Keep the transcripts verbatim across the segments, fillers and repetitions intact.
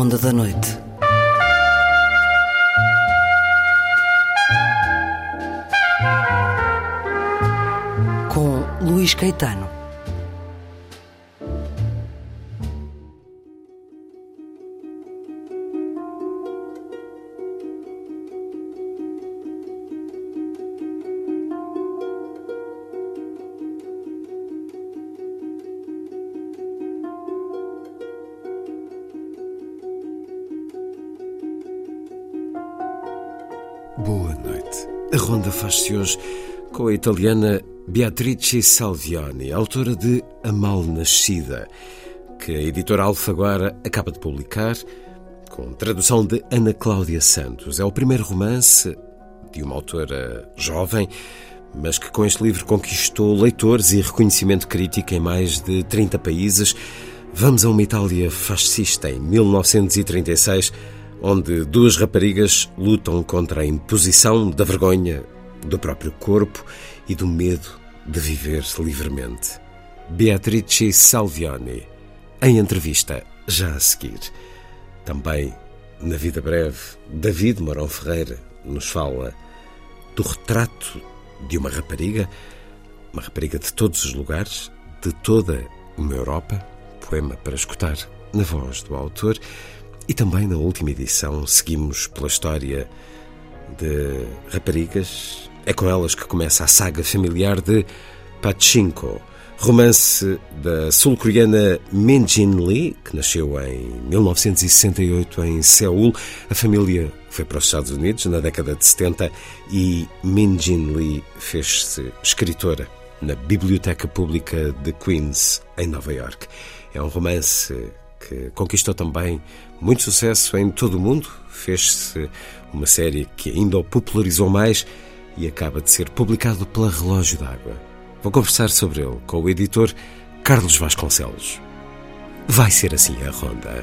Ronda da Noite. Com Luís Caetano. Boa noite. A ronda faz-se hoje com a italiana Beatrice Salviani, autora de A Mal Nascida, que a editora Alfaguara acaba de publicar, com tradução de Ana Cláudia Santos. É o primeiro romance de uma autora jovem, mas que com este livro conquistou leitores e reconhecimento crítico em mais de trinta países. Vamos a uma Itália fascista em mil novecentos e trinta e seis, onde duas raparigas lutam contra a imposição da vergonha do próprio corpo e do medo de viver livremente. Beatrice Salviani, em entrevista já a seguir. Também, na vida breve, David Mourão Ferreira nos fala do retrato de uma rapariga, uma rapariga de todos os lugares, de toda uma Europa, poema para escutar na voz do autor. E também na última edição seguimos pela história de raparigas. É com elas que começa a saga familiar de Pachinko, romance da sul-coreana Min Jin Lee, que nasceu em mil novecentos e sessenta e oito em Seul. A família foi para os Estados Unidos na década de setenta e Min Jin Lee fez-se escritora na Biblioteca Pública de Queens, em Nova York. É um romance que conquistou também muito sucesso em todo o mundo, fez-se uma série que ainda o popularizou mais e acaba de ser publicado pela Relógio d'Água. Vou conversar sobre ele com o editor Carlos Vasconcelos. Vai ser assim a ronda.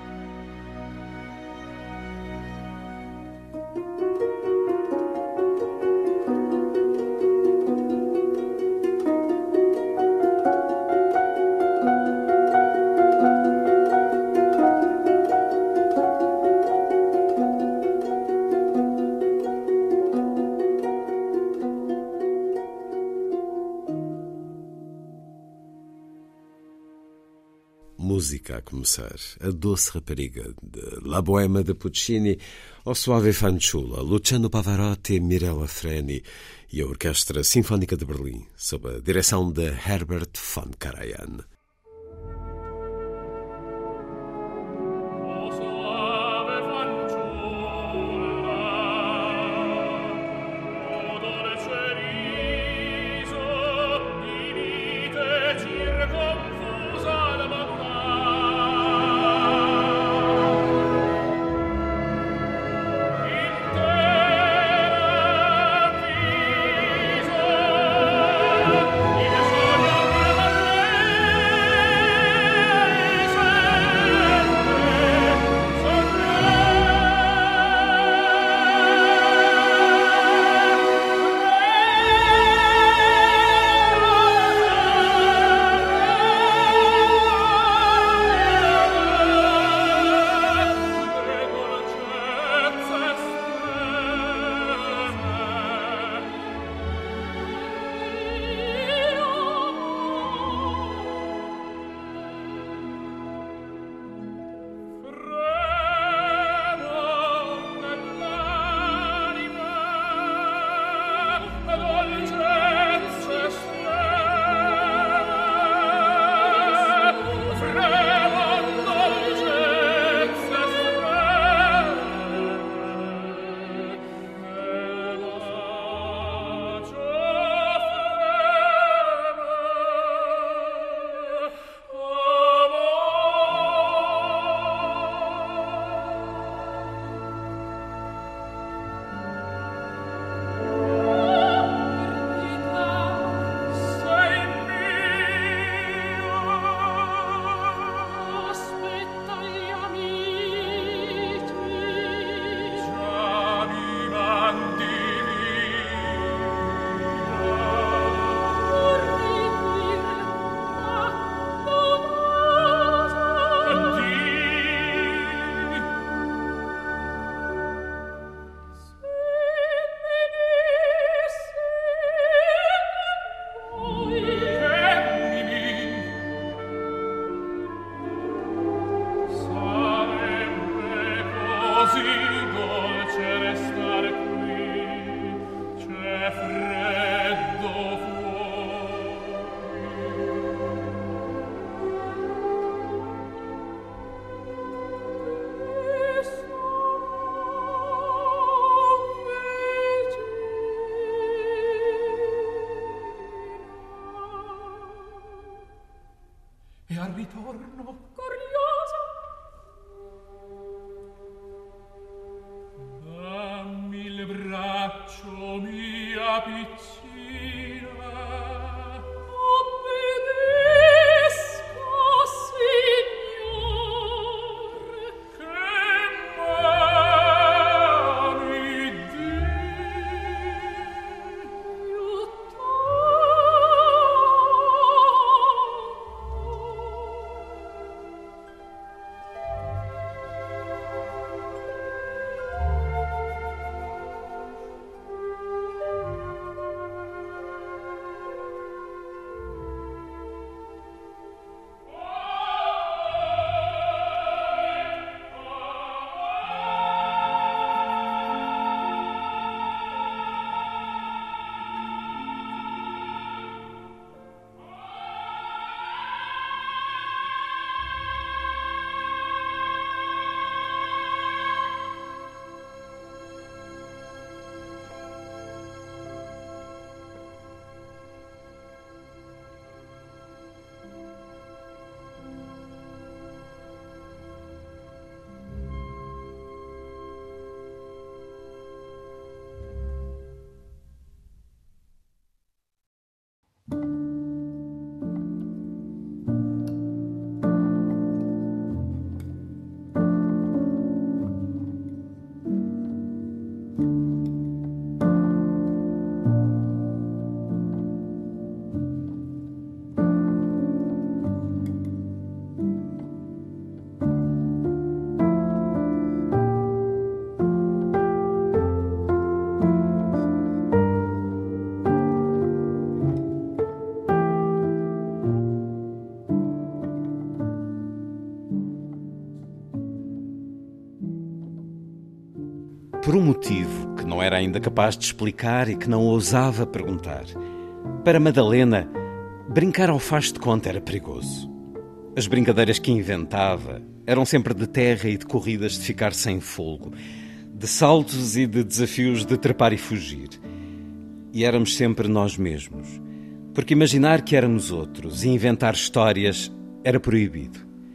Música a começar, a doce rapariga de La Bohème de Puccini, O Suave Fanciulla, Luciano Pavarotti, Mirella Freni e a Orquestra Sinfónica de Berlim, sob a direção de Herbert von Karajan. Thank you. Por um motivo que não era ainda capaz de explicar e que não ousava perguntar. Para Madalena, brincar ao faz de conta era perigoso. As brincadeiras que inventava eram sempre de terra e de corridas de ficar sem folgo, de saltos e de desafios de trepar e fugir. E éramos sempre nós mesmos, porque imaginar que éramos outros e inventar histórias era proibido.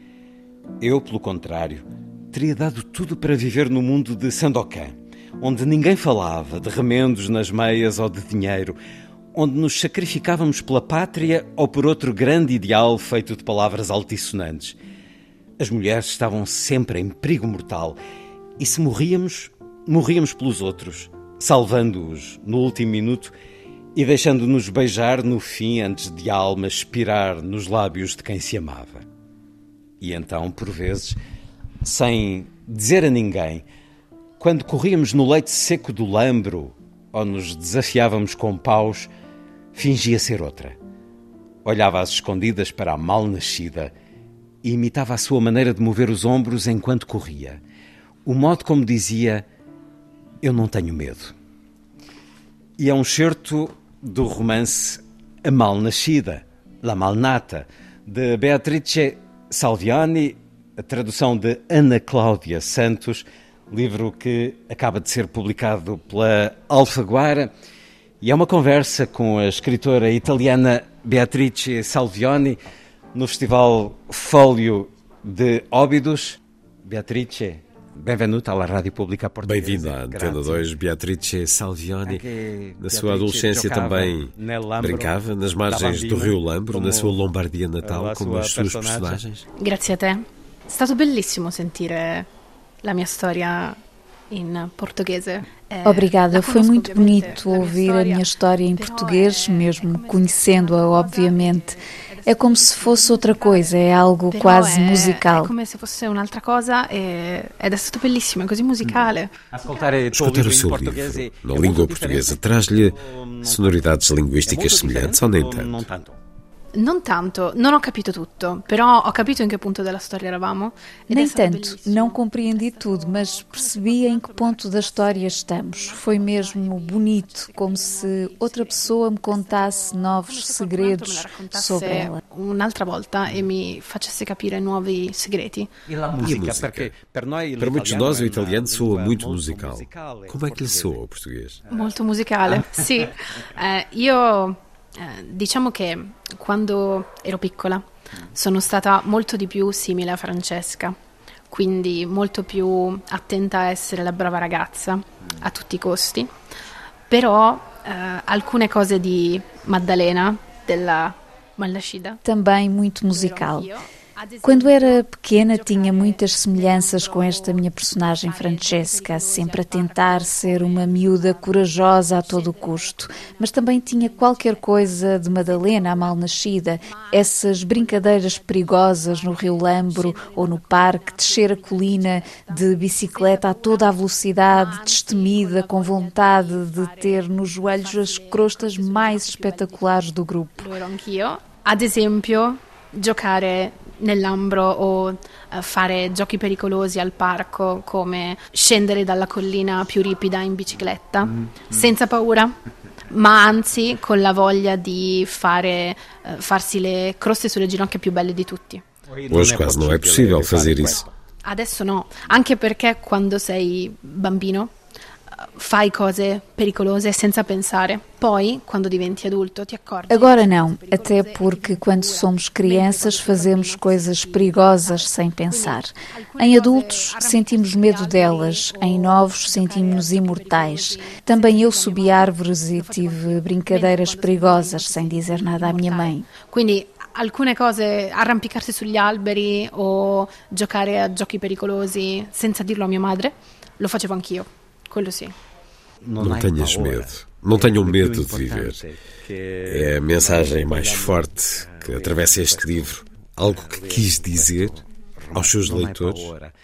Eu, pelo contrário, teria dado tudo para viver no mundo de Sandokan, onde ninguém falava de remendos nas meias ou de dinheiro, onde nos sacrificávamos pela pátria ou por outro grande ideal feito de palavras altissonantes. As mulheres estavam sempre em perigo mortal e se morríamos, morríamos pelos outros, salvando-os no último minuto e deixando-nos beijar no fim antes de a alma expirar nos lábios de quem se amava. E então, por vezes, sem dizer a ninguém, quando corríamos no leite seco do lambro ou nos desafiávamos com paus, fingia ser outra. Olhava às escondidas para a mal-nascida e imitava a sua maneira de mover os ombros enquanto corria. O modo como dizia: eu não tenho medo. E é um excerto do romance A Mal-Nascida, La Malnata, de Beatrice Salviani, a tradução de Ana Cláudia Santos, livro que acaba de ser publicado pela Alfaguara, e é uma conversa com a escritora italiana Beatrice Salviani no Festival Fólio de Óbidos. Beatrice, benvenuta alla Rádio Pública Portuguesa. Bem-vinda à Antena dois, Beatrice Salviani. Na sua adolescência também brincava nas margens do Rio Lambro, na sua Lombardia natal, como as suas personagens? Grazie a te. È stato bellissimo sentire la mia storia in portoghese. Obrigada, foi muito bonito ouvir a minha história em português, mesmo conhecendo-a, obviamente. É como se fosse outra coisa, é algo quase musical. É como se fosse un'altra cosa ed è stato bellissimo, è così musicale. Escutar o seu livro na língua portuguesa traz-lhe sonoridades linguísticas semelhantes ou nem tanto? Non tanto, non ho capito tutto, però ho capito in che punto della storia eravamo. Nem tanto, não compreendi tudo, mas percebi em que ponto da história estamos. Foi mesmo bonito, como se outra pessoa me contasse novos segredos sobre ela. Un'altra volta e mi facesse capire nuovi segreti. E a música? Para muitos de nós o italiano soa muito musical. Como é que lhe soa o português? Molto musicale, sì. Eh, io... Eh, diciamo che quando ero piccola sono stata molto di più simile a Francesca, quindi molto più attenta a essere la brava ragazza a tutti i costi, però uh, alcune cose di Maddalena, della Malnascida. Também muito musical. Quando era pequena tinha muitas semelhanças com esta minha personagem Francesca, sempre a tentar ser uma miúda corajosa a todo custo, mas também tinha qualquer coisa de Maddalena, a mal-nascida, essas brincadeiras perigosas no Rio Lambro ou no parque, descer a colina de bicicleta a toda a velocidade, destemida, com vontade de ter nos joelhos as crostas mais espetaculares do grupo. Ad esempio, giocare nell'Ambro o uh, fare giochi pericolosi al parco come scendere dalla collina più ripida in bicicletta mm. senza paura, ma anzi con la voglia di fare uh, farsi le croste sulle ginocchia più belle di tutti. Hoje quase não é possível fazer isso. Adesso no, anche perché quando sei bambino fai cose pericolose senza pensare. Poi, quando diventi adulto, ti accorgi. Agora não, até porque quando somos crianças fazemos coisas perigosas sem pensar. Em adultos sentimos medo delas, em novos sentimos-nos imortais. Também eu subi árvores e tive brincadeiras perigosas sem dizer nada à minha mãe. Quindi alcune cose, arrampicarsi sugli alberi o giocare a giochi pericolosi senza dirlo a mia madre, lo facevo anch'io. Não tenhas medo, não tenham medo de viver. É a mensagem mais forte que atravessa este livro. Algo que quis dizer aos seus leitores.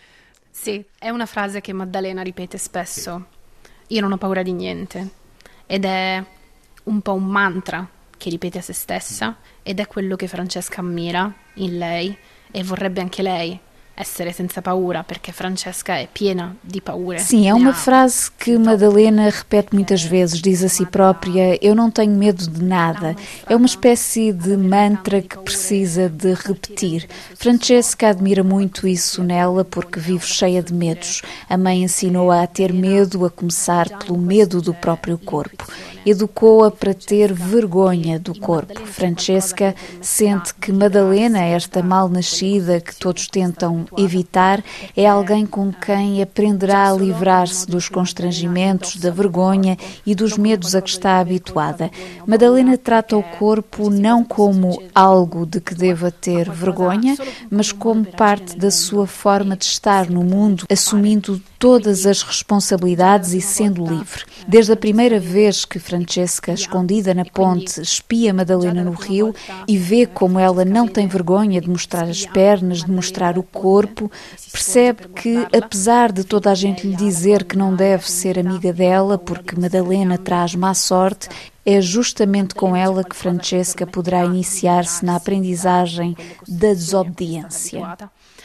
Sì, è una frase che Maddalena ripete spesso. Io non ho paura di niente. Ed è un po' un mantra che ripete a se stessa ed è quello che Francesca ammira in lei e vorrebbe anche lei essere senza paura, perché Francesca è piena di paure. Sim, é uma frase que Maddalena repete muitas vezes, diz a si própria: eu não tenho medo de nada. É uma espécie de mantra que precisa de repetir. Francesca admira muito isso nela porque vive cheia de medos. A mãe ensinou-a a ter medo, a começar pelo medo do próprio corpo. Educou-a para ter vergonha do corpo. Francesca sente que Maddalena, esta mal-nascida que todos tentam evitar, é alguém com quem aprenderá a livrar-se dos constrangimentos, da vergonha e dos medos a que está habituada. Maddalena trata o corpo não como algo de que deva ter vergonha, mas como parte da sua forma de estar no mundo, assumindo todas as responsabilidades e sendo livre. Desde a primeira vez que Francesca, escondida na ponte, espia Maddalena no rio e vê como ela não tem vergonha de mostrar as pernas, de mostrar o corpo, percebe que, apesar de toda a gente lhe dizer que não deve ser amiga dela porque Maddalena traz má sorte, é justamente com ela que Francesca poderá iniciar-se na aprendizagem da desobediência.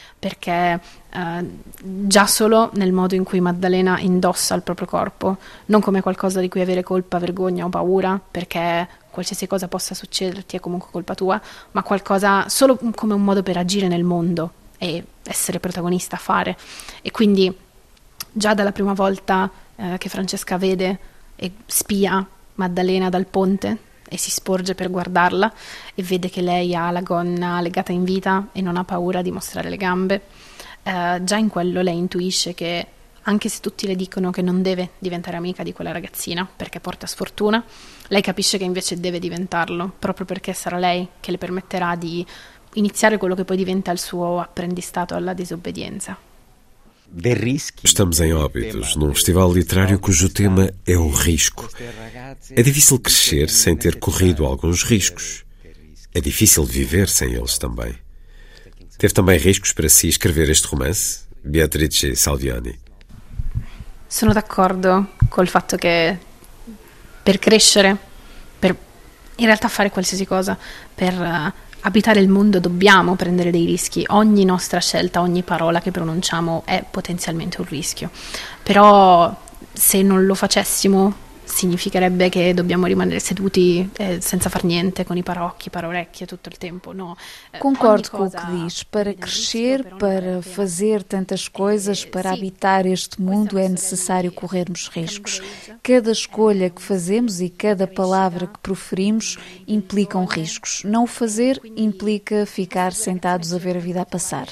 Perché uh, già solo nel modo in cui Maddalena indossa il proprio corpo, non come qualcosa di cui avere colpa, vergogna o paura, perché qualsiasi cosa possa succederti è comunque colpa tua, ma qualcosa solo come un modo per agire nel mondo e essere protagonista, fare. E quindi già dalla prima volta uh, che Francesca vede e spia Maddalena dal ponte e si sporge per guardarla e vede che lei ha la gonna legata in vita e non ha paura di mostrare le gambe, eh, già in quello lei intuisce che anche se tutti le dicono che non deve diventare amica di quella ragazzina perché porta sfortuna, lei capisce che invece deve diventarlo, proprio perché sarà lei che le permetterà di iniziare quello che poi diventa il suo apprendistato alla disobbedienza. Estamos em Óbidos, num festival literário cujo tema é o risco. É difícil crescer sem ter corrido alguns riscos. É difícil viver sem eles também. Teve também riscos para si escrever este romance, Beatrice Salviani? Sono d'accordo col fatto che per crescere, per in realtà fare qualsiasi cosa, per uh, abitare il mondo dobbiamo prendere dei rischi. Ogni nostra scelta, ogni parola che pronunciamo è potenzialmente un rischio. Però se non lo facessimo significherebbe che dobbiamo rimanere seduti eh, senza far niente, con i paraocchi, paraorecchie tutto il tempo. No. Concordo com o que diz. Para crescer, para fazer tantas coisas, para habitar este mundo é necessário corrermos riscos. Cada escolha que fazemos e cada palavra que proferimos implicam riscos. Não o fazer implica ficar sentados a ver a vida a passar.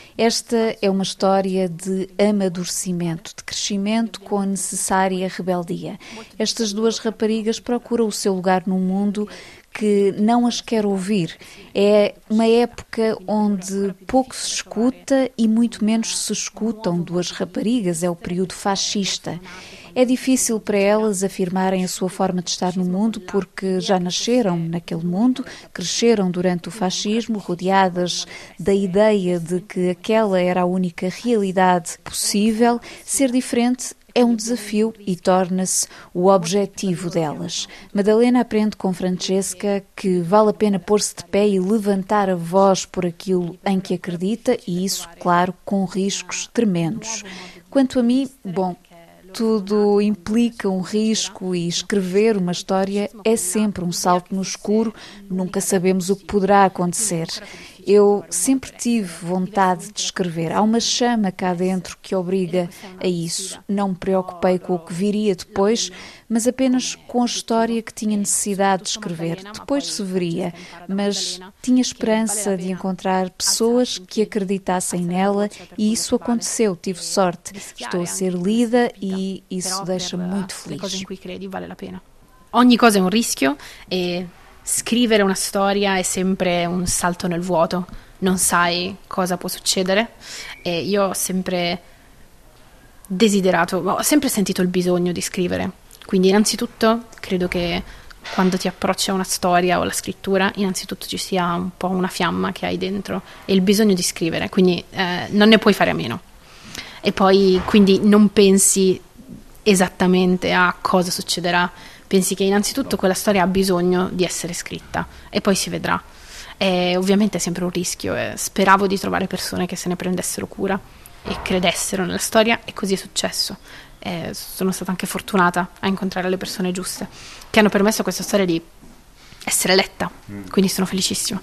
Esta é uma história de amadurecimento, de crescimento com a necessária rebeldia. Estas duas raparigas procuram o seu lugar no mundo que não as quer ouvir. É uma época onde pouco se escuta e muito menos se escutam duas raparigas, é o período fascista. É difícil para elas afirmarem a sua forma de estar no mundo porque já nasceram naquele mundo, cresceram durante o fascismo, rodeadas da ideia de que aquela era a única realidade possível. Ser diferente é um desafio e torna-se o objetivo delas. Madalena aprende com Francesca que vale a pena pôr-se de pé e levantar a voz por aquilo em que acredita, e isso, claro, com riscos tremendos. Quanto a mim, bom, tudo implica um risco e escrever uma história é sempre um salto no escuro, nunca sabemos o que poderá acontecer. Eu sempre tive vontade de escrever. Há uma chama cá dentro que obriga a isso. Não me preocupei com o que viria depois, mas apenas com a história que tinha necessidade de escrever. Depois se veria, mas tinha esperança de encontrar pessoas que acreditassem nela e isso aconteceu. Tive sorte. Estou a ser lida e isso deixa-me muito feliz. Ogni cosa è un rischio e scrivere una storia è sempre un salto nel vuoto, non sai cosa può succedere e io ho sempre desiderato, ho sempre sentito il bisogno di scrivere, quindi innanzitutto credo che quando ti approcci a una storia o alla scrittura innanzitutto ci sia un po' una fiamma che hai dentro e il bisogno di scrivere, quindi eh, non ne puoi fare a meno e poi quindi non pensi esattamente a cosa succederà. Pensi che innanzitutto quella storia ha bisogno di essere scritta e poi si vedrà. E ovviamente è sempre un rischio e speravo di trovare persone che se ne prendessero cura e credessero nella storia e così è successo. E sono stata anche fortunata a incontrare le persone giuste che hanno permesso a questa storia di essere letta, quindi sono felicissima.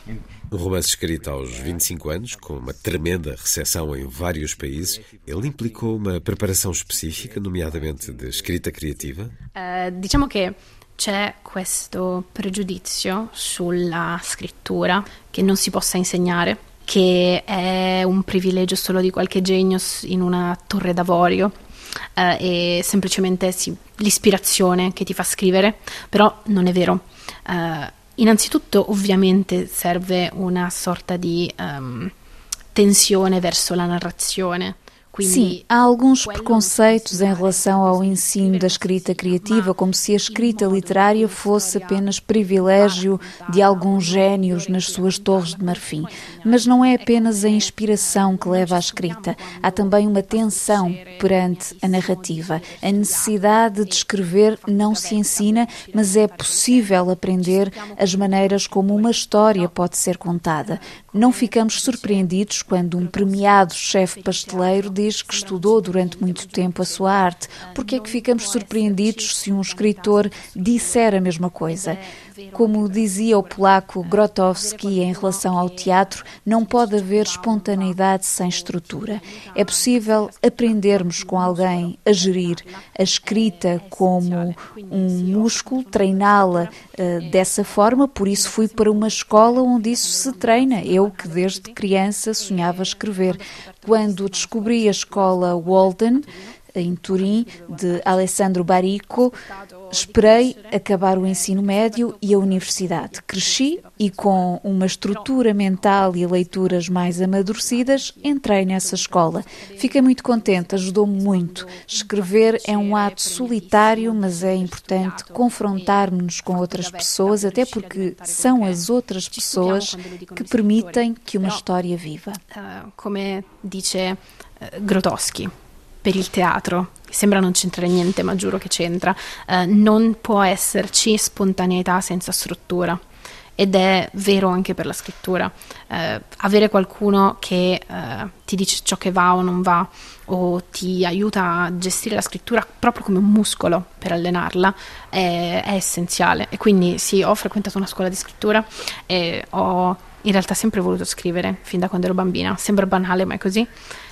Um romance escrito aos vinte e cinco anos, com uma tremenda recepção em vários países, ele implicou uma preparação específica, nomeadamente de escrita criativa? Eh, diciamo che c'è questo pregiudizio sulla scrittura che non si possa insegnare, che è un privilegio solo di qualche genio in una torre d'avorio eh, e semplicemente sì, l'ispirazione che ti fa scrivere, però non è vero. Eh, Innanzitutto ovviamente serve una sorta di um, tensione verso la narrazione. Sim, há alguns preconceitos em relação ao ensino da escrita criativa, como se a escrita literária fosse apenas privilégio de alguns génios nas suas torres de marfim. Mas não é apenas a inspiração que leva à escrita. Há também uma tensão perante a narrativa. A necessidade de escrever não se ensina, mas é possível aprender as maneiras como uma história pode ser contada. Não ficamos surpreendidos quando um premiado chefe pasteleiro diz que estudou durante muito tempo a sua arte. Porque é que ficamos surpreendidos se um escritor disser a mesma coisa? Como dizia o polaco Grotowski em relação ao teatro, não pode haver espontaneidade sem estrutura. É possível aprendermos com alguém a gerir a escrita como um músculo, treiná-la uh, dessa forma, por isso fui para uma escola onde isso se treina. Eu, que desde criança sonhava escrever. Quando descobri a escola Walden, em Turim, de Alessandro Baricco, esperei acabar o ensino médio e a universidade. Cresci e, com uma estrutura mental e leituras mais amadurecidas, entrei nessa escola. Fiquei muito contente, ajudou-me muito. Escrever é um ato solitário, mas é importante confrontarmos-nos com outras pessoas, até porque são as outras pessoas que permitem que uma história viva. Uh, come dice uh, Grotowski. Per il teatro, sembra non c'entrare niente, ma giuro che c'entra, eh, non può esserci spontaneità senza struttura. Ed è vero anche per la scrittura. Eh, avere qualcuno che eh, ti dice ciò che va o non va, o ti aiuta a gestire la scrittura proprio come un muscolo per allenarla, è, è essenziale. E quindi sì, ho frequentato una scuola di scrittura e ho in realtà sempre voluto scrivere, fin da quando ero bambina. Sembra banale, ma è così.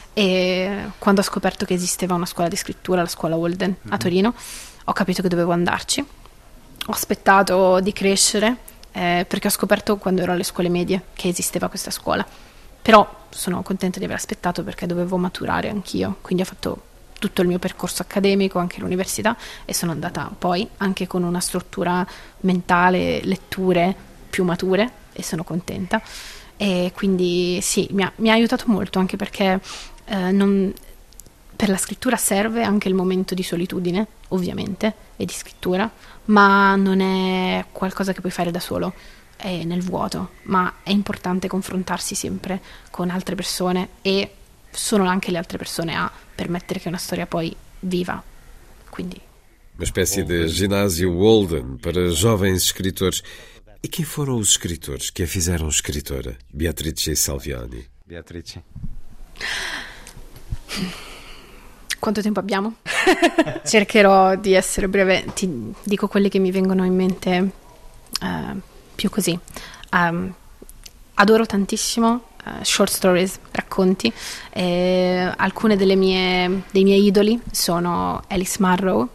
E quando ho scoperto che esisteva una scuola di scrittura, la scuola Walden a Torino, ho capito che dovevo andarci. Ho aspettato di crescere eh, perché ho scoperto quando ero alle scuole medie che esisteva questa scuola però sono contenta di aver aspettato perché dovevo maturare anch'io, quindi ho fatto tutto il mio percorso accademico, anche l'università, e sono andata poi anche con una struttura mentale, letture più mature, e sono contenta. E quindi sì, mi ha, mi ha aiutato molto, anche perché eh, non, per la scrittura serve anche il momento di solitudine, ovviamente, e di scrittura, ma non è qualcosa che puoi fare da solo, è nel vuoto, ma è importante confrontarsi sempre con altre persone, e sono anche le altre persone a permettere che una storia poi viva. Quindi uma espécie de ginásio Walden para jovens escritores. E quem foram os escritores que a fizeram escritora, Beatrice Salviani? Beatrice. Quanto tempo abbiamo? Cercherò di essere breve, ti dico quelli che mi vengono in mente uh, più così. Um, adoro tantissimo uh, short stories, racconti. Eh, alcune delle mie, dei miei idoli sono Alice Munro,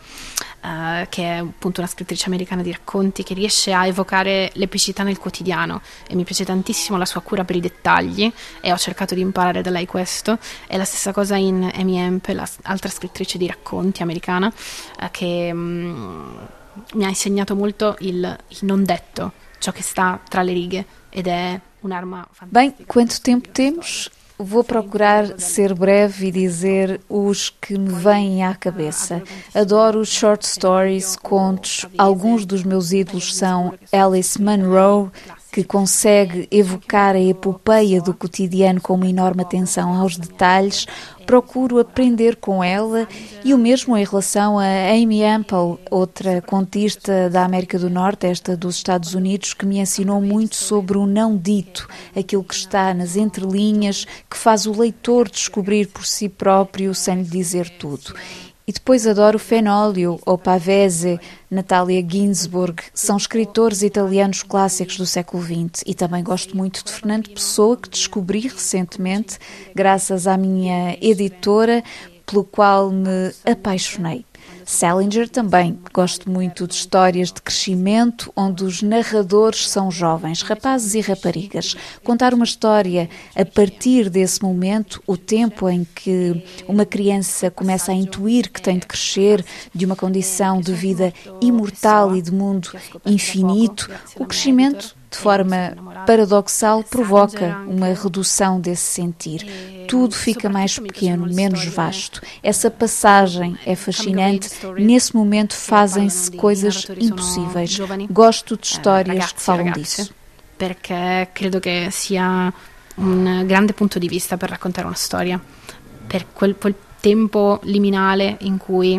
Uh, che è appunto una scrittrice americana di racconti che riesce a evocare l'epicità nel quotidiano, e mi piace tantissimo la sua cura per i dettagli, e ho cercato di imparare da lei questo. È la stessa cosa in Amy Hempe, l'altra scrittrice di racconti americana, uh, che um, mi ha insegnato molto il, il non detto, ciò che sta tra le righe, ed è un'arma fantastica. Bem, quanto tempo temos? Vou procurar ser breve e dizer os que me vêm à cabeça. Adoro short stories, contos. Alguns dos meus ídolos são Alice Munro, que consegue evocar a epopeia do cotidiano com uma enorme atenção aos detalhes. Procuro aprender com ela, e o mesmo em relação a Amy Hempel, outra contista da América do Norte, esta dos Estados Unidos, que me ensinou muito sobre o não dito, aquilo que está nas entrelinhas, que faz o leitor descobrir por si próprio sem lhe dizer tudo. E depois adoro Fenolio ou Pavese, Natalia Ginzburg, são escritores italianos clássicos do século vinte. E também gosto muito de Fernando Pessoa, que descobri recentemente, graças à minha editora, pelo qual me apaixonei. Salinger também. Gosto muito de histórias de crescimento onde os narradores são jovens, rapazes e raparigas. Contar uma história a partir desse momento, o tempo em que uma criança começa a intuir que tem de crescer de uma condição de vida imortal e de mundo infinito, o crescimento, de forma paradoxal, provoca uma redução desse sentir. Tudo fica mais pequeno, menos vasto. Essa passagem é fascinante. Nesse momento fazem-se coisas impossíveis. Gosto de histórias que falam disso. Perché credo che sia un grande punto di vista per raccontare una storia. Per quel, quel tempo liminale in cui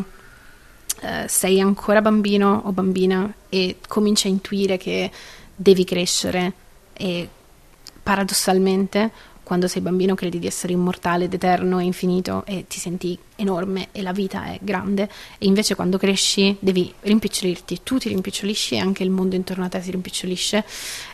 uh, sei ancora bambino o bambina e cominci a intuire che devi crescere, e paradossalmente quando sei bambino credi di essere immortale ed eterno e infinito e ti senti enorme e la vita è grande, e invece quando cresci devi rimpicciolirti, tu ti rimpicciolisci e anche il mondo intorno a te si rimpicciolisce,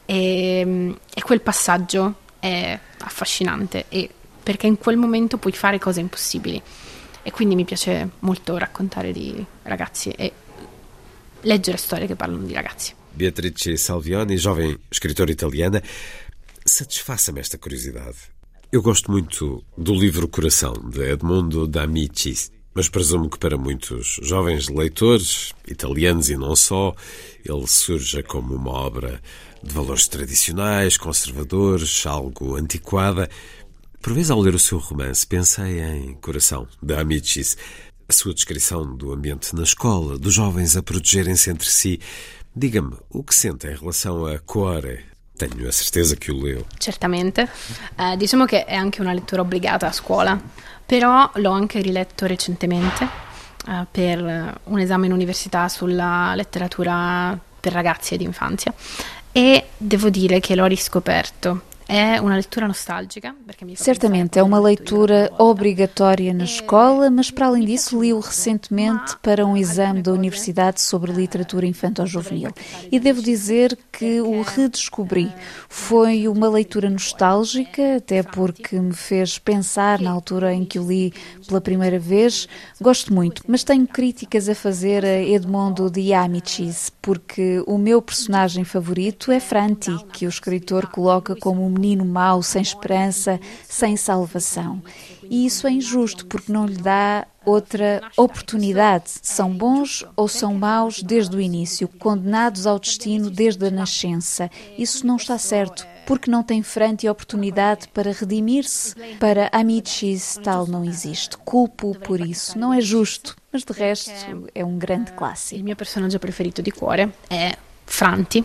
e, e quel passaggio è affascinante, e perché in quel momento puoi fare cose impossibili, e quindi mi piace molto raccontare di ragazzi e leggere storie che parlano di ragazzi. Beatrice Salviani, jovem escritora italiana, satisfaça-me esta curiosidade. Eu gosto muito do livro Coração, de Edmondo D'Amicis, mas presumo que para muitos jovens leitores, italianos e não só, ele surja como uma obra de valores tradicionais, conservadores, algo antiquada. Por vezes, ao ler o seu romance, pensei em Coração, de Amicis, a sua descrição do ambiente na escola, dos jovens a protegerem-se entre si. Diga-me, o que sente em relação a Cuore? Tenho a certeza che lo leo. Certamente, eh, diciamo che è anche una lettura obbligata a scuola, però l'ho anche riletto recentemente eh, per un esame in università sulla letteratura per ragazzi ed infanzia, e devo dire che l'ho riscoperto. É uma leitura nostálgica. Certamente, é uma leitura obrigatória na escola, mas para além disso li-o recentemente para um exame da Universidade sobre literatura infanto-juvenil. E devo dizer que o redescobri. Foi uma leitura nostálgica, até porque me fez pensar na altura em que o li pela primeira vez. Gosto muito, mas tenho críticas a fazer a Edmondo D'Amicis, porque o meu personagem favorito é Franti, que o escritor coloca como menino mau, sem esperança, sem salvação. E isso é injusto, porque não lhe dá outra oportunidade. São bons ou são maus desde o início, condenados ao destino desde a nascença. Isso não está certo, porque não tem frente e oportunidade para redimir-se. Para Amicis tal não existe. Culpo por isso. Não é justo, mas de resto é um grande clássico. Il mio personaggio preferito di cuore è Franti,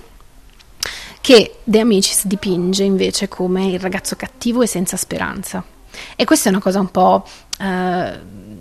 che De Amicis dipinge invece come il ragazzo cattivo e senza speranza. E questa è una cosa un po' eh,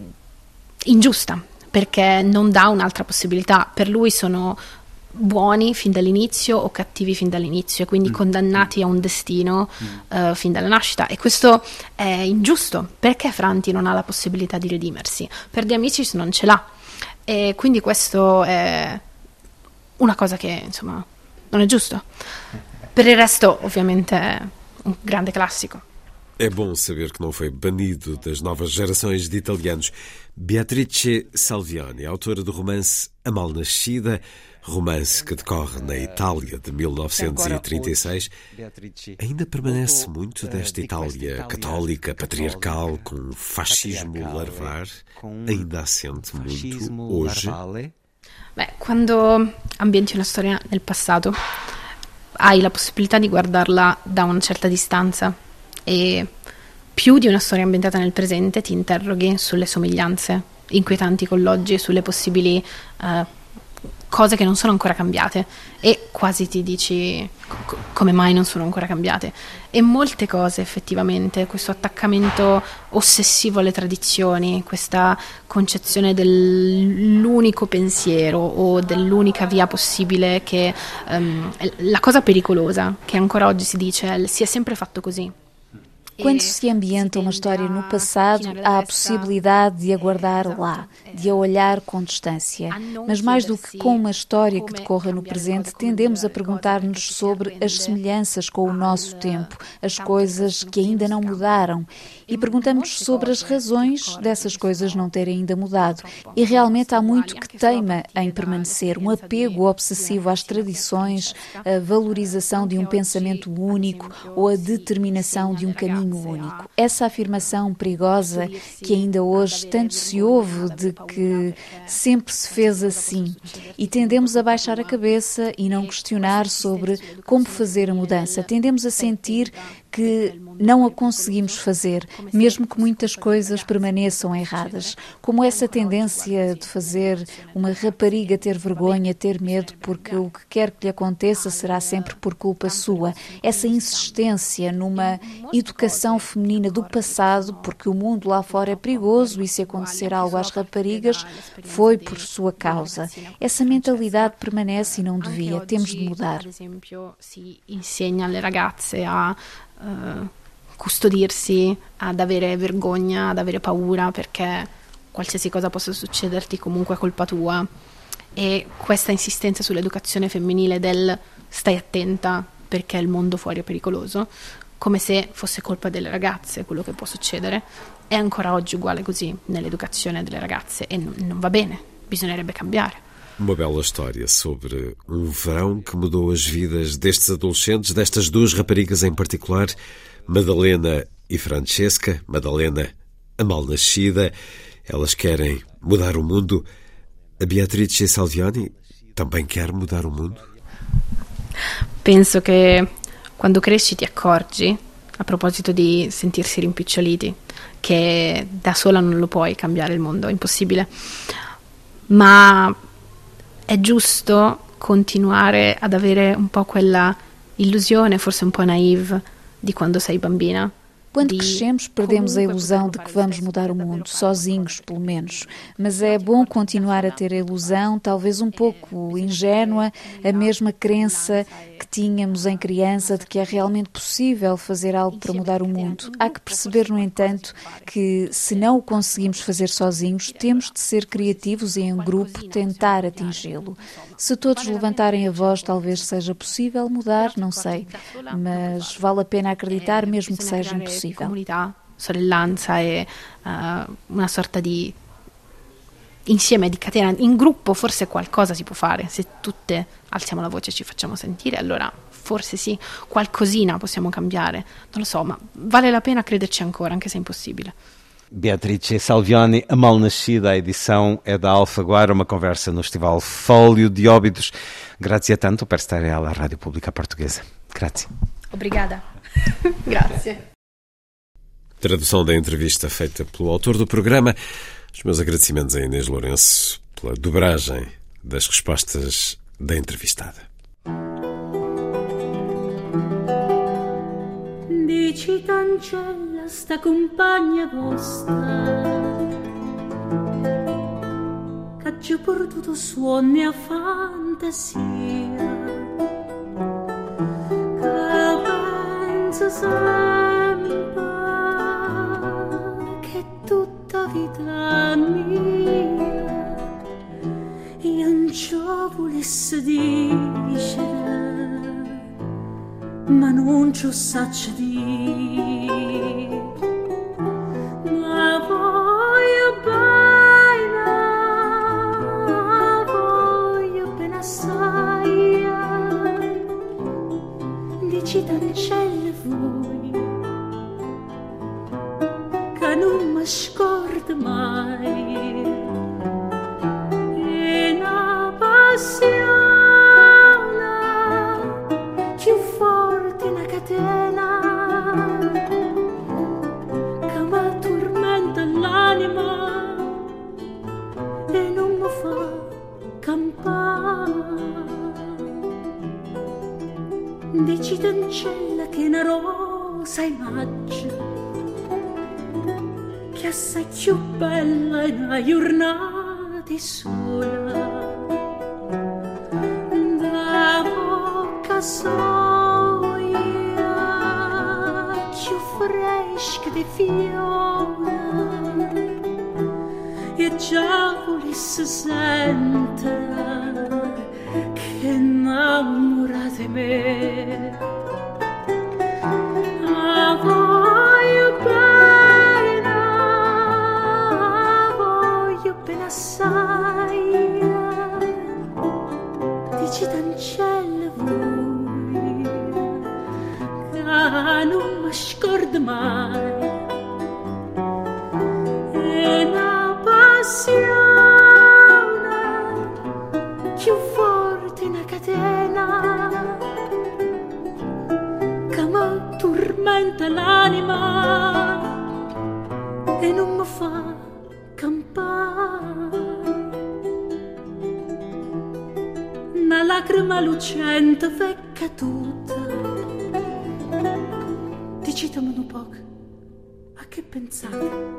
ingiusta, perché non dà un'altra possibilità. Per lui sono buoni fin dall'inizio o cattivi fin dall'inizio, e quindi mm. condannati a un destino mm. uh, fin dalla nascita, e questo è ingiusto, perché Franti non ha la possibilità di redimersi, per De Amicis non ce l'ha, e quindi questo è una cosa che insomma non è giusto. Per il resto ovviamente è un grande classico. É bom saber que não foi banido das novas gerações de italianos. Beatrice Salviani, autora do romance A Malnascida, romance que decorre na Itália de mil novecentos e trinta e seis, ainda permanece muito desta Itália católica, patriarcal, com fascismo larvar, ainda assente muito hoje? Beh, quando ambienti una storia nel passato, hai la possibilità di guardarla da una certa distanza, e più di una storia ambientata nel presente ti interroghi sulle somiglianze inquietanti con l'oggi e sulle possibili uh, cose che non sono ancora cambiate, e quasi ti dici co- come mai non sono ancora cambiate. E molte cose effettivamente, questo attaccamento ossessivo alle tradizioni, questa concezione dell'unico pensiero o dell'unica via possibile, che um, la cosa pericolosa che ancora oggi si dice è si è sempre fatto così. Quando se ambienta uma história no passado, há a possibilidade de aguardar lá, de a olhar com distância. Mas mais do que com uma história que decorra no presente, tendemos a perguntar-nos sobre as semelhanças com o nosso tempo, as coisas que ainda não mudaram. E perguntamos sobre as razões dessas coisas não terem ainda mudado. E realmente há muito que teima em permanecer, um apego obsessivo às tradições, a valorização de um pensamento único ou a determinação de um caminho único. Essa afirmação perigosa que ainda hoje tanto se ouve de que sempre se fez assim, e tendemos a baixar a cabeça e não questionar sobre como fazer a mudança. Tendemos a sentir que não a conseguimos fazer, mesmo que muitas coisas permaneçam erradas. Como essa tendência de fazer uma rapariga ter vergonha, ter medo, porque o que quer que lhe aconteça será sempre por culpa sua. Essa insistência numa educação feminina do passado, porque o mundo lá fora é perigoso e se acontecer algo às raparigas foi por sua causa. Essa mentalidade permanece e não devia. Temos de mudar. Por exemplo, si insegna alle ragazze a Uh, custodirsi, ad avere vergogna, ad avere paura, perché qualsiasi cosa possa succederti comunque è colpa tua, e questa insistenza sull'educazione femminile del stai attenta perché il mondo fuori è pericoloso, come se fosse colpa delle ragazze quello che può succedere, è ancora oggi uguale così nell'educazione delle ragazze, e non, non va bene, bisognerebbe cambiare. Uma bela história sobre um verão que mudou as vidas destes adolescentes, destas duas raparigas em particular, Madalena e Francesca. Madalena, a Malnascida. Elas querem mudar o mundo. A Beatrice Salviani também quer mudar o mundo? Penso che quando cresci ti accorgi, a proposito di sentirsi rimpiccioliti, che da sola non lo puoi cambiare il mondo, è impossibile. Ma è giusto continuare ad avere un po' quella illusione, forse un po' naive, di quando sei bambina. Quando crescemos, perdemos a ilusão de que vamos mudar o mundo, sozinhos, pelo menos. Mas é bom continuar a ter a ilusão, talvez um pouco ingênua, a mesma crença que tínhamos em criança de que é realmente possível fazer algo para mudar o mundo. Há que perceber, no entanto, que se não o conseguimos fazer sozinhos, temos de ser criativos e em um grupo tentar atingi-lo. Se todos levantarem a voz, talvez seja possível mudar, não sei, mas vale a pena acreditar mesmo que seja impossível. Comunità, sorellanza e uh, una sorta di insieme di catena, in gruppo forse qualcosa si può fare, se tutte alziamo la voce e ci facciamo sentire, allora forse sì, qualcosina possiamo cambiare, non lo so, ma vale la pena crederci ancora, anche se è impossibile. Beatrice Salvioni, A Mal Nascida, a edição é da Alfaguara, uma conversa no Festival Fólio de Óbidos. Grazie tanto per stare alla Radio Pubblica Portuguesa. Grazie. Obrigada. Grazie. Tradução da entrevista feita pelo autor do programa. Os meus agradecimentos a Inês Lourenço pela dobragem das respostas da entrevistada. Dici t'ancella sta compagna vostra che ci ha portato suoni a fantasia che pensa sempre che tutta vita mia io non ci volesse dire ma non ci saccio dire, ma voglio bene, voglio bene assai, dici t'ancella voi, che non mi scordo mai, e una passione più forte una catena che mi tormenta l'anima e non mi fa campare. Dici t'ancella che una rosa in maggio che assai più bella in una giornata sola da bocca soia più fresca di fiore e già volesse sentire che innamora di me. Ah, voglio bene, voglio bene assai, dici t'ancella voi, che non mi scordo mai, e una passione più forte una catena che mi tormenta l'anima e non mi fa campare. Una lacrima lucente vecchia tutta, dicitemi un po' a che pensate.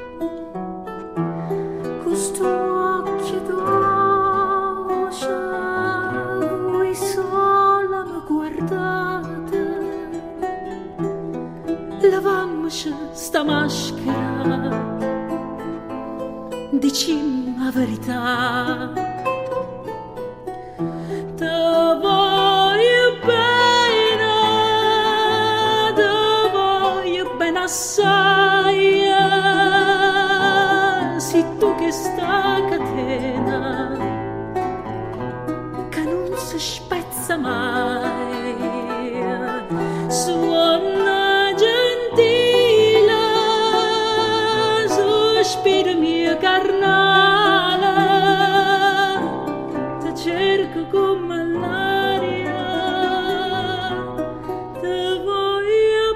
Questo occhio dolce voi sola mi guardate, lavammoci sta maschera, dicimmi la verità. Te voglio bene, te voglio bene assai, sei tu che sta catena che non si spezza mai, suona gentile, sospiro mio carnale, ti cerco come l'aria, ti voglio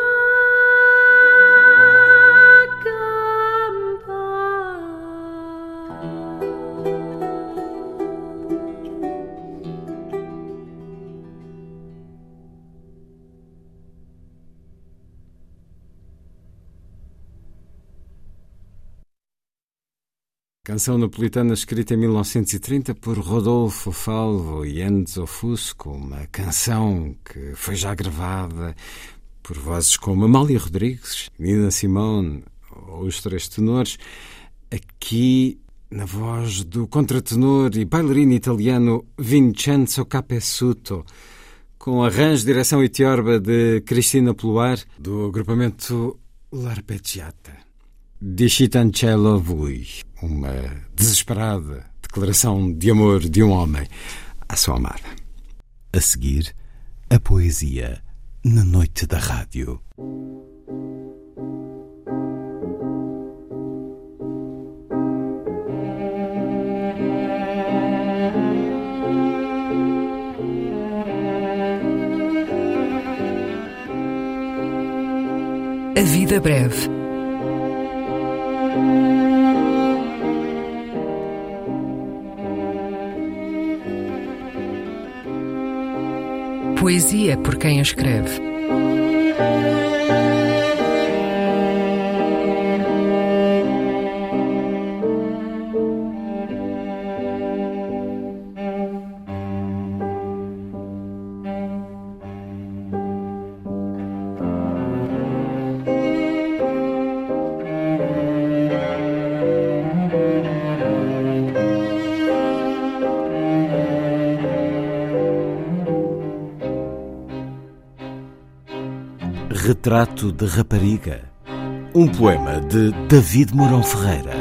Canção napolitana escrita em mil novecentos e trinta por Rodolfo Falvo e Enzo Fusco, uma canção que foi já gravada por vozes como Amália Rodrigues, Nina Simone ou os Três Tenores, aqui na voz do contratenor e bailarino italiano Vincenzo Capesuto, com arranjo, direção e tiorba de Cristina Ploar, do agrupamento L'Arpeggiata. Discitancello Vui, uma desesperada declaração de amor de um homem à sua amada. A seguir, a poesia na noite da rádio. A vida breve. Poesia por quem a escreve. Retrato de Rapariga, um poema de David Mourão Ferreira.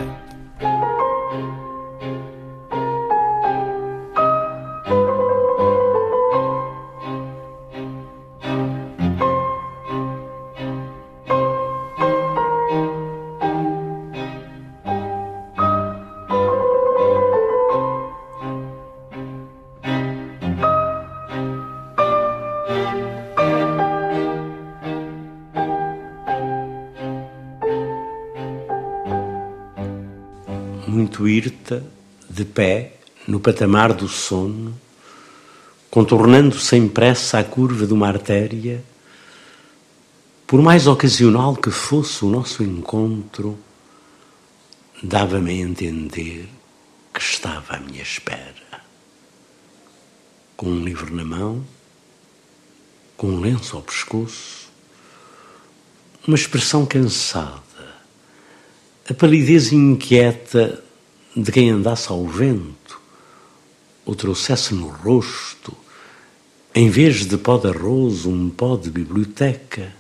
Muito hirta, de pé, no patamar do sono, contornando sem pressa a curva de uma artéria, por mais ocasional que fosse o nosso encontro, dava-me a entender que estava à minha espera. Com um livro na mão, com um lenço ao pescoço, uma expressão cansada, a palidez inquieta de quem andasse ao vento ou trouxesse no rosto, em vez de pó de arroz, um pó de biblioteca,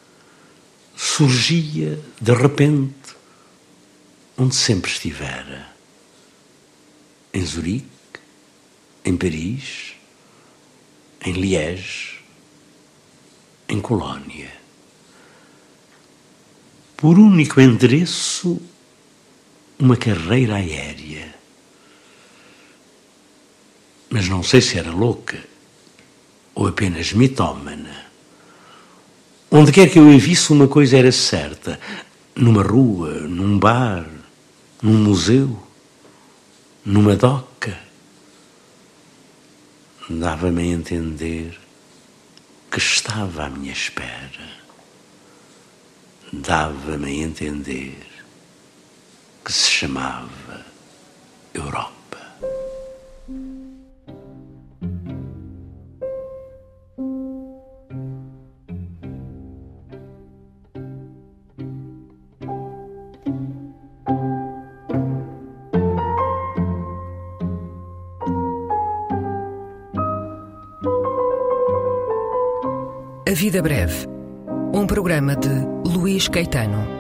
surgia de repente onde sempre estivera, em Zurique, em Paris, em Liege, em Colónia. Por único endereço, uma carreira aérea. Mas não sei se era louca ou apenas mitómana. Onde quer que eu a visse, uma coisa era certa. Numa rua, num bar, num museu, numa doca. Dava-me a entender que estava à minha espera. Dava-me a entender que se chamava Europa. A Vida Breve, um programa de Luís Caetano.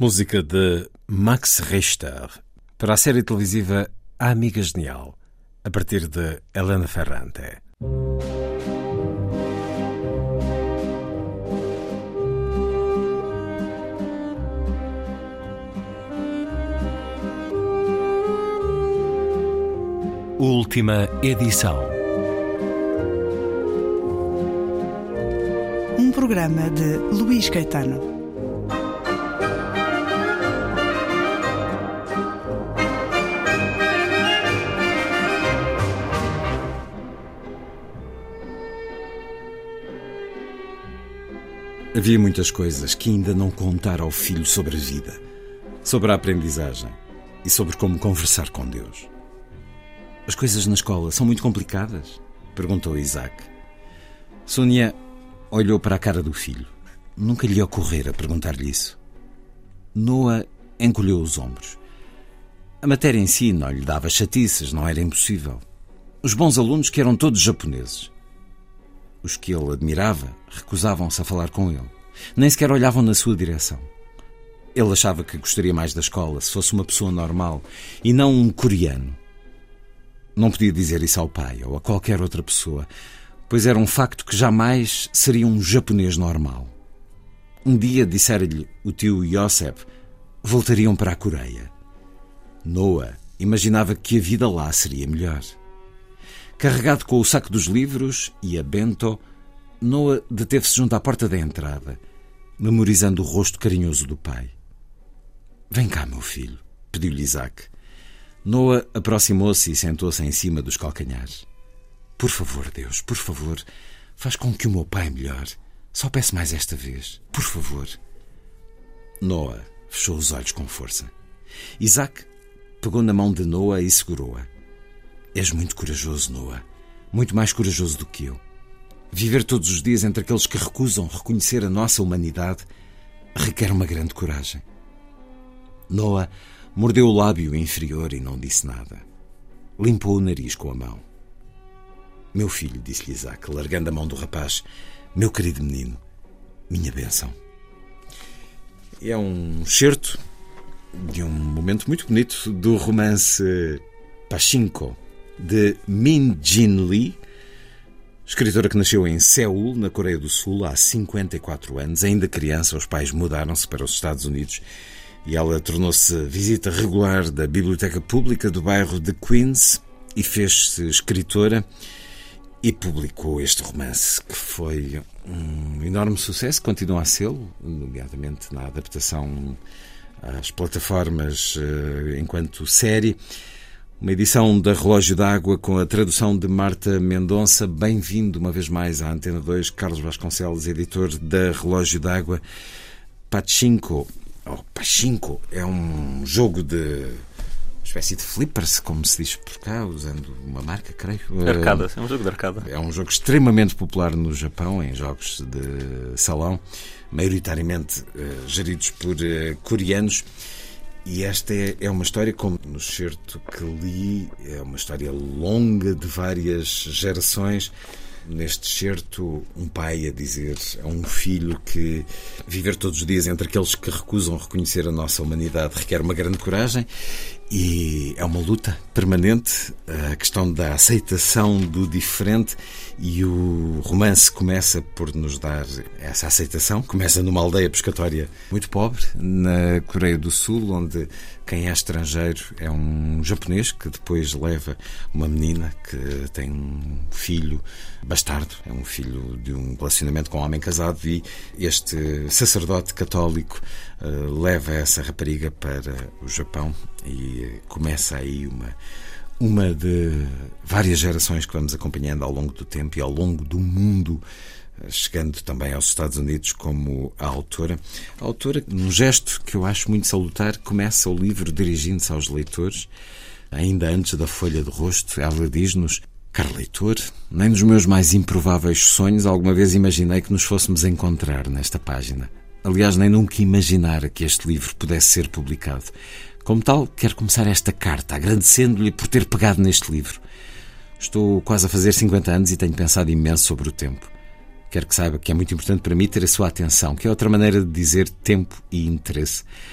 Música de Max Richter para a série televisiva A Amiga Genial, a partir de Elena Ferrante. Última edição. Um programa de Luís Caetano. Havia muitas coisas que ainda não contara ao filho sobre a vida, sobre a aprendizagem e sobre como conversar com Deus. As coisas na escola são muito complicadas? Perguntou Isaac. Sônia olhou para a cara do filho. Nunca lhe ocorrera perguntar-lhe isso. Noah encolheu os ombros. A matéria em si não lhe dava chatices, não era impossível. Os bons alunos, que eram todos japoneses. Os que ele admirava recusavam-se a falar com ele. Nem sequer olhavam na sua direção. Ele achava que gostaria mais da escola se fosse uma pessoa normal e não um coreano. Não podia dizer isso ao pai ou a qualquer outra pessoa, pois era um facto que jamais seria um japonês normal. Um dia, dissera-lhe o tio Yosef, voltariam para a Coreia. Noah imaginava que a vida lá seria melhor. Carregado com o saco dos livros e a bento, Noah deteve-se junto à porta da entrada, memorizando o rosto carinhoso do pai. Vem cá, meu filho, pediu-lhe Isaac. Noah aproximou-se e sentou-se em cima dos calcanhares. Por favor, Deus, por favor, faz com que o meu pai melhore. Só peço mais esta vez, por favor. Noah fechou os olhos com força. Isaac pegou na mão de Noah e segurou-a. És muito corajoso, Noah. Muito mais corajoso do que eu. Viver todos os dias entre aqueles que recusam reconhecer a nossa humanidade requer uma grande coragem. Noah mordeu o lábio inferior e não disse nada. Limpou o nariz com a mão. Meu filho, disse-lhe Isaac, largando a mão do rapaz. Meu querido menino, minha bênção. É um excerto de um momento muito bonito do romance Pachinko, de Min Jin Lee, escritora que nasceu em Seul, na Coreia do Sul, há cinquenta e quatro anos. Ainda criança, os pais mudaram-se para os Estados Unidos e ela tornou-se visita regular da Biblioteca Pública do bairro de Queens e fez-se escritora e publicou este romance, que foi um enorme sucesso, continua a ser, nomeadamente na adaptação às plataformas enquanto série. Uma edição da Relógio d'Água com a tradução de Marta Mendonça. Bem-vindo uma vez mais à Antena dois, Carlos Vasconcelos, editor da Relógio d'Água. Pachinko, oh, Pachinko é um jogo de uma espécie de flippers, como se diz por cá, usando uma marca, creio. Arcada, é um jogo de arcada. É um jogo extremamente popular no Japão, em jogos de salão, maioritariamente uh, geridos por uh, coreanos. E esta é, é uma história, como no excerto que li, é uma história longa de várias gerações. Neste excerto, um pai a dizer a um filho que viver todos os dias entre aqueles que recusam reconhecer a nossa humanidade requer uma grande coragem e é uma luta permanente, a questão da aceitação do diferente, e o romance começa por nos dar essa aceitação. Começa numa aldeia pescatória muito pobre, na Coreia do Sul, onde quem é estrangeiro é um japonês que depois leva uma menina que tem um filho bastardo, é um filho de um relacionamento com um homem casado, e este sacerdote católico uh, leva essa rapariga para o Japão e começa aí uma, uma de várias gerações que vamos acompanhando ao longo do tempo e ao longo do mundo, chegando também aos Estados Unidos, como a autora. A autora, num gesto que eu acho muito salutar, começa o livro dirigindo-se aos leitores. Ainda antes da folha de rosto, ela diz-nos: caro leitor, nem nos meus mais improváveis sonhos alguma vez imaginei que nos fôssemos encontrar nesta página. Aliás, nem nunca imaginara que este livro pudesse ser publicado. Como tal, quero começar esta carta agradecendo-lhe por ter pegado neste livro. Estou quase a fazer cinquenta anos e tenho pensado imenso sobre o tempo. Quero que saiba que é muito importante para mim ter a sua atenção, que é outra maneira de dizer tempo e interesse.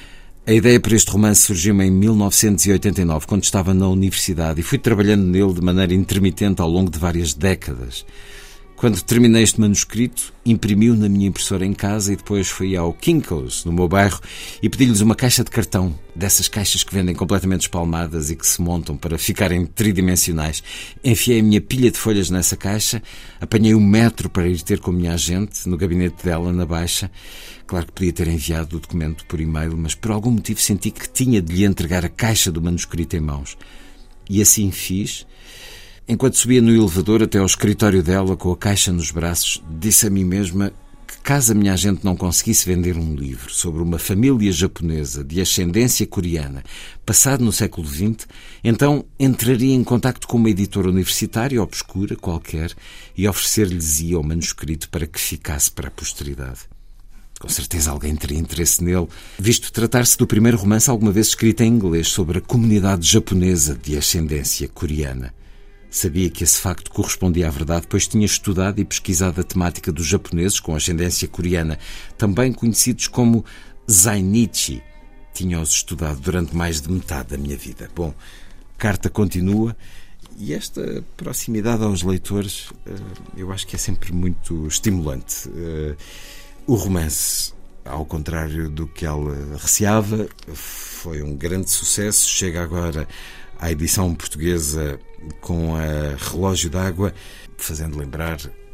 A ideia para este romance surgiu-me em mil novecentos e oitenta e nove, quando estava na universidade, e fui trabalhando nele de maneira intermitente ao longo de várias décadas. Quando terminei este manuscrito, imprimi-o na minha impressora em casa e depois fui ao Kinko's, no meu bairro, e pedi-lhes uma caixa de cartão, dessas caixas que vendem completamente espalmadas e que se montam para ficarem tridimensionais. Enfiei a minha pilha de folhas nessa caixa, apanhei o metro para ir ter com a minha agente, no gabinete dela, na Baixa. Claro que podia ter enviado o documento por e-mail, mas por algum motivo senti que tinha de lhe entregar a caixa do manuscrito em mãos. E assim fiz. Enquanto subia no elevador até ao escritório dela, com a caixa nos braços, disse a mim mesma que, caso a minha agente não conseguisse vender um livro sobre uma família japonesa de ascendência coreana, passado no século vinte, então entraria em contacto com uma editora universitária obscura qualquer e oferecer-lhes-ia o manuscrito para que ficasse para a posteridade. Com certeza alguém teria interesse nele, visto tratar-se do primeiro romance alguma vez escrito em inglês sobre a comunidade japonesa de ascendência coreana. Sabia que esse facto correspondia à verdade, pois tinha estudado e pesquisado a temática dos japoneses com ascendência coreana, também conhecidos como Zainichi. Tinha-os estudado durante mais de metade da minha vida. Bom, a carta continua e esta proximidade aos leitores eu acho que é sempre muito estimulante. O romance, ao contrário do que ela receava, foi um grande sucesso. Chega agora à edição portuguesa com a Relógio d'Água, fazendo lembrar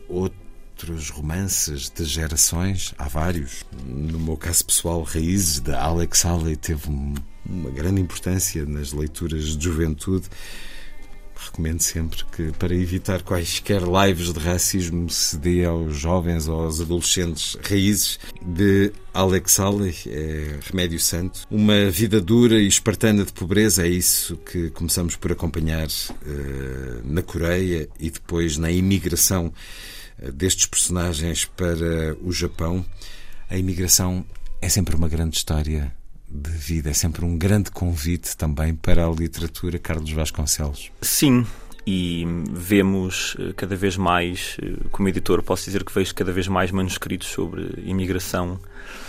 outros romances de gerações. Há vários. No meu caso pessoal, Raízes, de Alex Haley, teve uma grande importância nas leituras de juventude. Recomendo sempre que, para evitar quaisquer lives de racismo, se dê aos jovens ou aos adolescentes Raízes, de Alex Haley, é Remédio Santo. Uma vida dura e espartana de pobreza, é isso que começamos por acompanhar uh, na Coreia e depois na imigração uh, destes personagens para o Japão. A imigração é sempre uma grande história de vida, é sempre um grande convite também para a literatura. Carlos Vasconcelos. Sim, e vemos cada vez mais, como editor posso dizer que vejo cada vez mais manuscritos sobre imigração,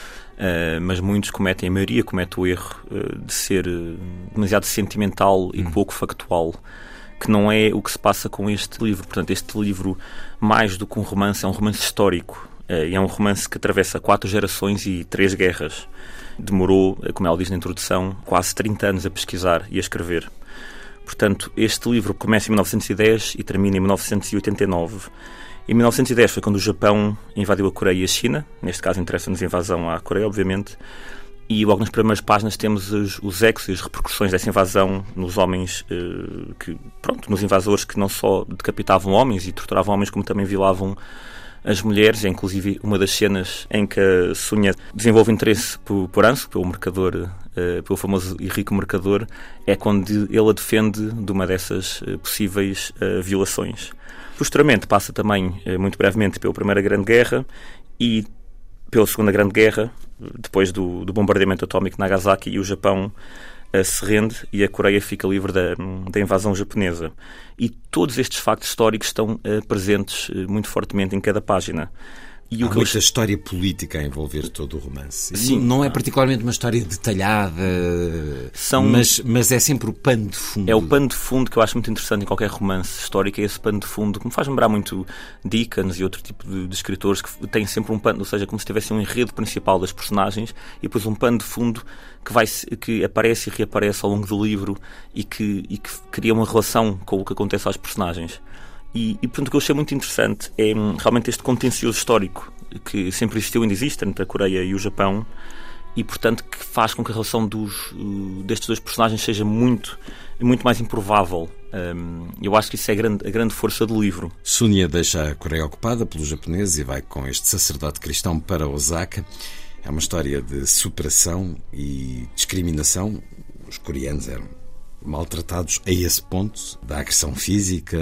mas muitos cometem, a maioria comete o erro de ser demasiado sentimental e hum. pouco factual, que não é o que se passa com este livro. Portanto, este livro, mais do que um romance, é um romance histórico, e é um romance que atravessa quatro gerações e três guerras. Demorou, como ela diz na introdução, quase trinta anos a pesquisar e a escrever. Portanto, este livro começa em mil novecentos e dez e termina em mil novecentos e oitenta e nove. Em mil novecentos e dez foi quando o Japão invadiu a Coreia e a China. Neste caso interessa-nos a invasão à Coreia, obviamente. E logo nas primeiras páginas temos os, os ecos e as repercussões dessa invasão nos homens, eh, que, pronto, nos invasores que não só decapitavam homens e torturavam homens, como também violavam as mulheres. É inclusive uma das cenas em que a Sunha desenvolve interesse por, por Anso, pelo mercador, uh, pelo famoso e rico mercador, é quando ele a defende de uma dessas uh, possíveis uh, violações. Posteriormente passa também, uh, muito brevemente, pela Primeira Grande Guerra e pela Segunda Grande Guerra, depois do, do bombardeamento atómico de Nagasaki, e o Japão uh, se rende e a Coreia fica livre da, da invasão japonesa. E todos estes factos históricos estão uh, presentes uh, muito fortemente em cada página. E Há o que muita eu... história política a envolver todo o romance. Sim. Não é particularmente uma história detalhada, São... mas, mas é sempre o pano de fundo. É o pano de fundo que eu acho muito interessante em qualquer romance histórico, é esse pano de fundo, que me faz lembrar muito Dickens e outro tipo de, de escritores que têm sempre um pano, ou seja, como se tivesse um enredo principal das personagens e depois um pano de fundo que, vai, que aparece e reaparece ao longo do livro e que, e que cria uma relação com o que acontece aos personagens. E, e portanto, o que eu achei muito interessante é realmente este contencioso histórico que sempre existiu e ainda existe entre a Coreia e o Japão e, portanto, que faz com que a relação dos, destes dois personagens seja muito, muito mais improvável. Um, eu acho que isso é a grande, a grande força do livro. Sunha deixa a Coreia ocupada pelos japoneses e vai com este sacerdote cristão para Osaka. É uma história de superação e discriminação. Os coreanos eram maltratados a esse ponto da agressão física,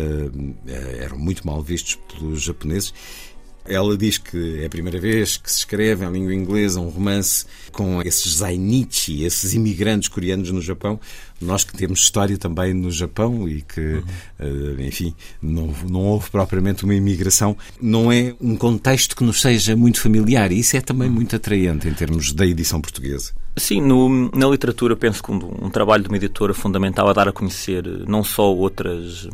eram muito mal vistos pelos japoneses. Ela diz que é a primeira vez que se escreve em língua inglesa um romance com esses Zainichi, esses imigrantes coreanos no Japão. Nós que temos história também no Japão e que, uhum. enfim, não, não houve propriamente uma imigração, não é um contexto que nos seja muito familiar e isso é também muito atraente em termos da edição portuguesa. Sim, no, na literatura penso que um, um trabalho de uma editora fundamental é dar a conhecer não só outras,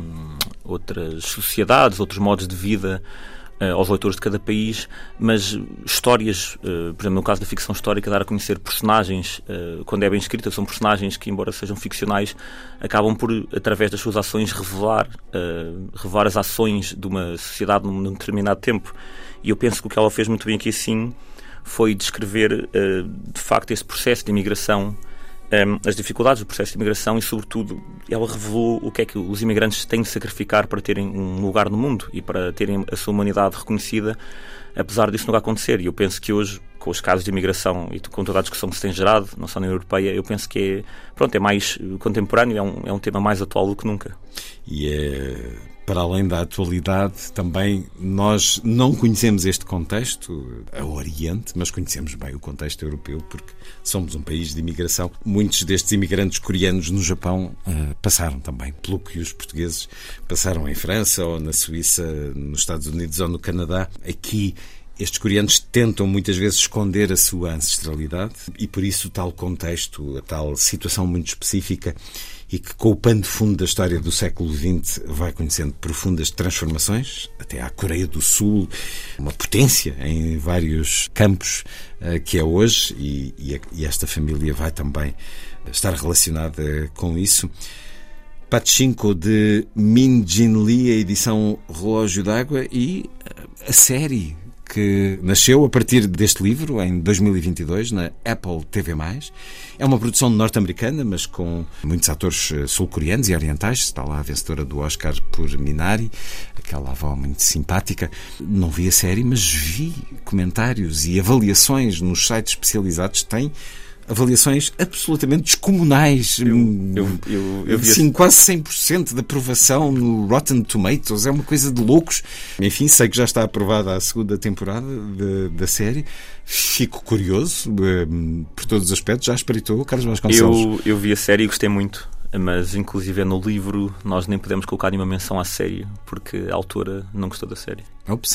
outras sociedades, outros modos de vida uh, aos leitores de cada país, mas histórias, uh, por exemplo, no caso da ficção histórica, dar a conhecer personagens, uh, quando é bem escrita, são personagens que, embora sejam ficcionais, acabam por, através das suas ações, revelar, uh, revelar as ações de uma sociedade num, num determinado tempo. E eu penso que o que ela fez muito bem aqui, sim, foi descrever, uh, de facto, esse processo de imigração, um, as dificuldades do processo de imigração e, sobretudo, ela revelou o que é que os imigrantes têm de sacrificar para terem um lugar no mundo e para terem a sua humanidade reconhecida, apesar disso nunca acontecer. E eu penso que hoje, com os casos de imigração e com toda a discussão que se tem gerado, não só na União Europeia, eu penso que é, pronto, é mais contemporâneo, é um, é um tema mais atual do que nunca. E é... Para além da atualidade, também nós não conhecemos este contexto, o Oriente, mas conhecemos bem o contexto europeu, porque somos um país de imigração. Muitos destes imigrantes coreanos no Japão uh, passaram também pelo que os portugueses passaram em França, ou na Suíça, nos Estados Unidos ou no Canadá. Aqui, estes coreanos tentam muitas vezes esconder a sua ancestralidade e por isso o tal contexto, a tal situação muito específica e que com o pano de fundo da história do século vinte vai conhecendo profundas transformações, até à Coreia do Sul, uma potência em vários campos uh, que é hoje e, e, a, e esta família vai também estar relacionada com isso. Pachinko, de Min Jin Lee, a edição Relógio d'Água, e a série que nasceu a partir deste livro, em dois mil e vinte e dois, na Apple T V mais. É uma produção norte-americana, mas com muitos atores sul-coreanos e orientais. Está lá a vencedora do Oscar por Minari, aquela avó muito simpática. Não vi a série, mas vi comentários e avaliações nos sites especializados. Tem avaliações absolutamente descomunais. Eu, eu, eu, eu vi Sim, a... quase cem por cento de aprovação no Rotten Tomatoes. É uma coisa de loucos. Enfim, sei que já está aprovada a segunda temporada de, da série. Fico curioso um, por todos os aspectos. Já espreitou o Carlos Vasconcelos? Eu, eu vi a série e gostei muito. Mas, inclusive, no livro nós nem podemos colocar nenhuma menção à série, porque a autora não gostou da série. Ops.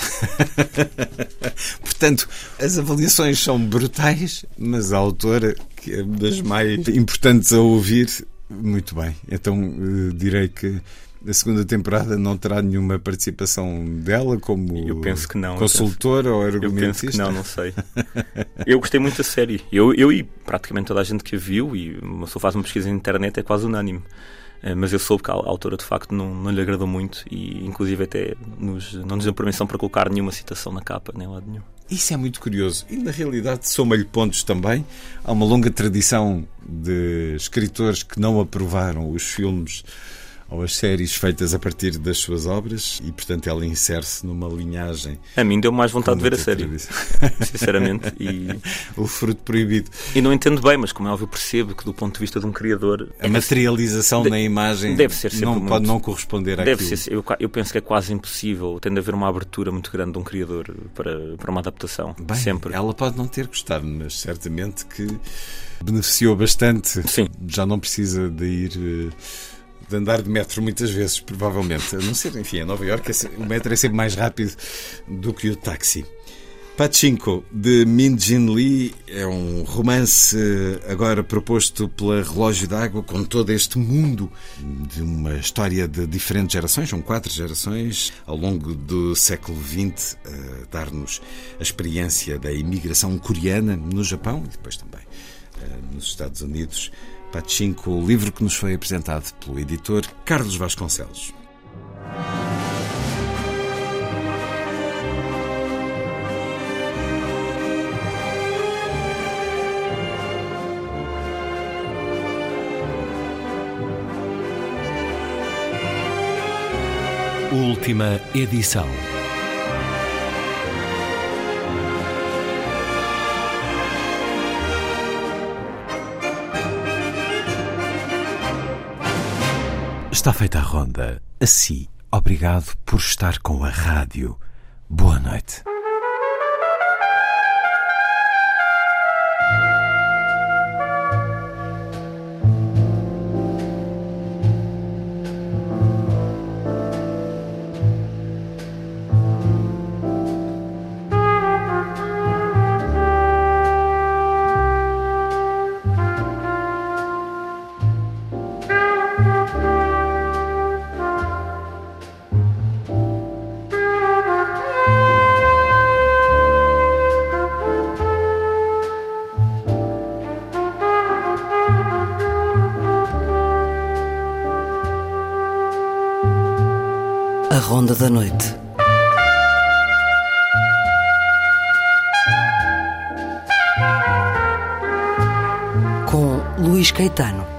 Portanto, as avaliações são brutais, mas a autora, que é uma das mais importantes a ouvir, muito bem. Então, uh, direi que a segunda temporada não terá nenhuma participação dela como eu penso que não, consultora ou argumentista? Eu penso que não, não sei. Eu gostei muito da série. Eu, eu e praticamente toda a gente que a viu, e uma pessoa faz uma pesquisa na internet, é quase unânime. Mas eu soube que a autora de facto não, não lhe agradou muito e inclusive até nos, não nos deu permissão para colocar nenhuma citação na capa, nem lado nenhum. Isso é muito curioso e na realidade soma-lhe pontos também. Há uma longa tradição de escritores que não aprovaram os filmes ou as séries feitas a partir das suas obras e, portanto, ela insere-se numa linhagem. A mim deu mais vontade de ver a série, sinceramente. E... o fruto proibido. E não entendo bem, mas como é óbvio, percebo que do ponto de vista de um criador... A materialização de... na imagem deve ser sempre não muito... pode não corresponder àquilo. Deve ser, eu, eu penso que é quase impossível, tendo a haver uma abertura muito grande de um criador para, para uma adaptação. Bem, sempre. Ela pode não ter gostado, mas certamente que beneficiou bastante. Sim. Já não precisa de ir... de andar de metro muitas vezes, provavelmente. A não ser, enfim, em Nova Iorque o metro é sempre mais rápido do que o táxi. Pachinko, de Min Jin Lee, é um romance agora proposto pela Relógio d'Água, com todo este mundo de uma história de diferentes gerações, são quatro gerações, ao longo do século vinte, a dar-nos a experiência da imigração coreana no Japão e depois também nos Estados Unidos. Pachinko, o livro que nos foi apresentado pelo editor Carlos Vasconcelos. Última edição. Está feita a ronda. Assim, obrigado por estar com a rádio. Boa noite. A Ronda da Noite. Com Luís Caetano.